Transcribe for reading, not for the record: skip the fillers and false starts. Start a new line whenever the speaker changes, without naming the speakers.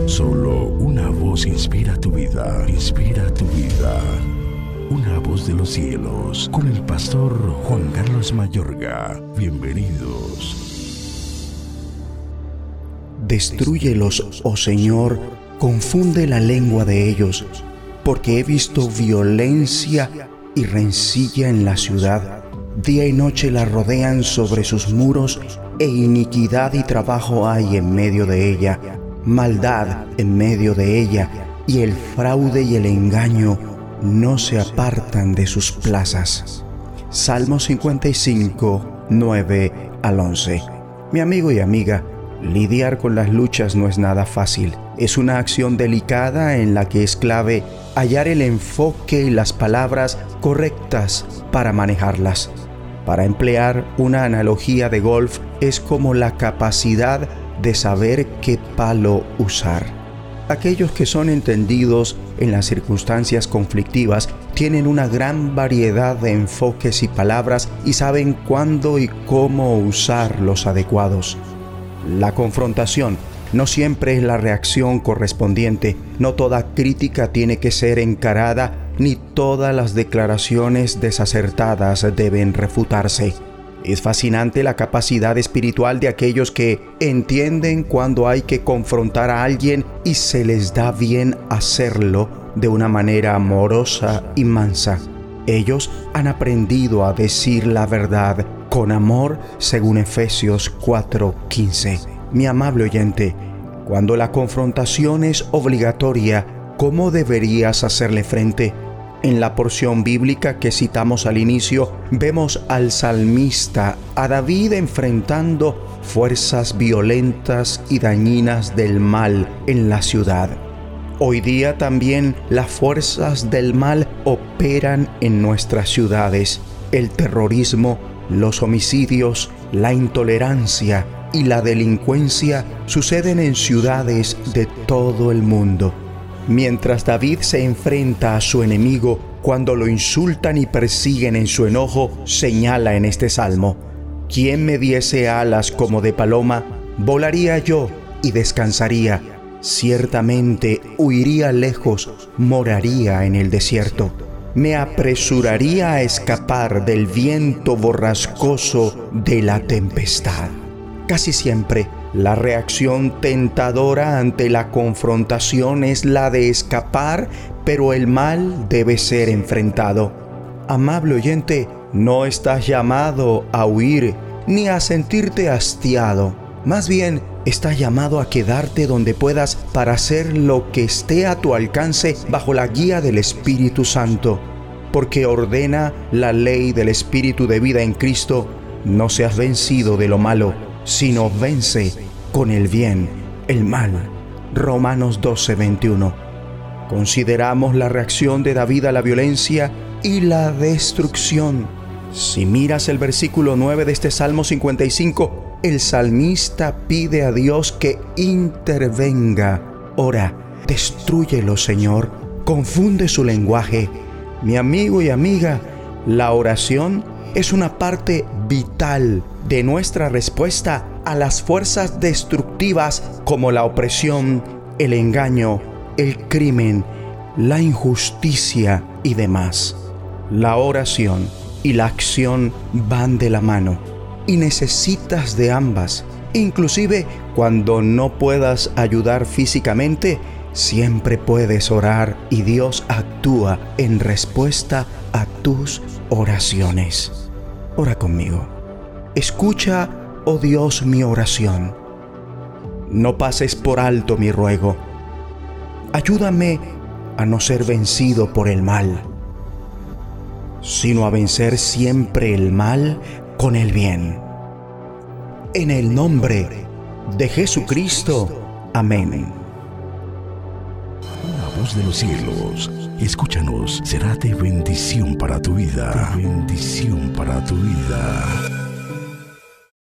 Solo una voz inspira tu vida, inspira tu vida. Una voz de los cielos, con el pastor Juan Carlos Mayorga. Bienvenidos.
Destrúyelos, oh Señor, confunde la lengua de ellos, porque he visto violencia y rencilla en la ciudad. Día y noche la rodean sobre sus muros, e iniquidad y trabajo hay en medio de ella, maldad en medio de ella, y el fraude y el engaño no se apartan de sus plazas. Salmo 55, 9 al 11. Mi amigo y amiga, lidiar con las luchas no es nada fácil. Es una acción delicada en la que es clave hallar el enfoque y las palabras correctas para manejarlas. Para emplear una analogía de golf, es como la capacidad de saber qué palo usar. Aquellos que son entendidos en las circunstancias conflictivas tienen una gran variedad de enfoques y palabras y saben cuándo y cómo usar los adecuados. La confrontación no siempre es la reacción correspondiente. No toda crítica tiene que ser encarada, ni todas las declaraciones desacertadas deben refutarse. Es fascinante la capacidad espiritual de aquellos que entienden cuando hay que confrontar a alguien y se les da bien hacerlo de una manera amorosa y mansa. Ellos han aprendido a decir la verdad con amor, según Efesios 4:15. Mi amable oyente, cuando la confrontación es obligatoria, ¿cómo deberías hacerle frente? En la porción bíblica que citamos al inicio, vemos al salmista, a David, enfrentando fuerzas violentas y dañinas del mal en la ciudad. Hoy día también las fuerzas del mal operan en nuestras ciudades. El terrorismo, los homicidios, la intolerancia y la delincuencia suceden en ciudades de todo el mundo. Mientras David se enfrenta a su enemigo, cuando lo insultan y persiguen en su enojo, señala en este salmo: «¿Quién me diese alas como de paloma? Volaría yo y descansaría. Ciertamente huiría lejos, moraría en el desierto. Me apresuraría a escapar del viento borrascoso de la tempestad». Casi siempre, la reacción tentadora ante la confrontación es la de escapar, pero el mal debe ser enfrentado. Amable oyente, no estás llamado a huir ni a sentirte hastiado. Más bien, estás llamado a quedarte donde puedas para hacer lo que esté a tu alcance bajo la guía del Espíritu Santo. Porque ordena la ley del Espíritu de vida en Cristo: no seas vencido de lo malo, sino vence con el bien el mal. Romanos 12:21. Consideramos la reacción de David a la violencia y la destrucción. Si miras el versículo 9 de este Salmo 55, el salmista pide a Dios que intervenga. Ora, destrúyelo, Señor, confunde su lenguaje. Mi amigo y amiga, la oración es una parte vital de nuestra respuesta a las fuerzas destructivas como la opresión, el engaño, el crimen, la injusticia y demás. La oración y la acción van de la mano y necesitas de ambas. Inclusive cuando no puedas ayudar físicamente, siempre puedes orar y Dios actúa en respuesta a tus oraciones. Ora conmigo. Escucha, oh Dios, mi oración. No pases por alto mi ruego. Ayúdame a no ser vencido por el mal, sino a vencer siempre el mal con el bien. En el nombre de Jesucristo. Amén.
Una voz de los cielos, escúchanos, será de bendición para tu vida. De bendición para tu vida.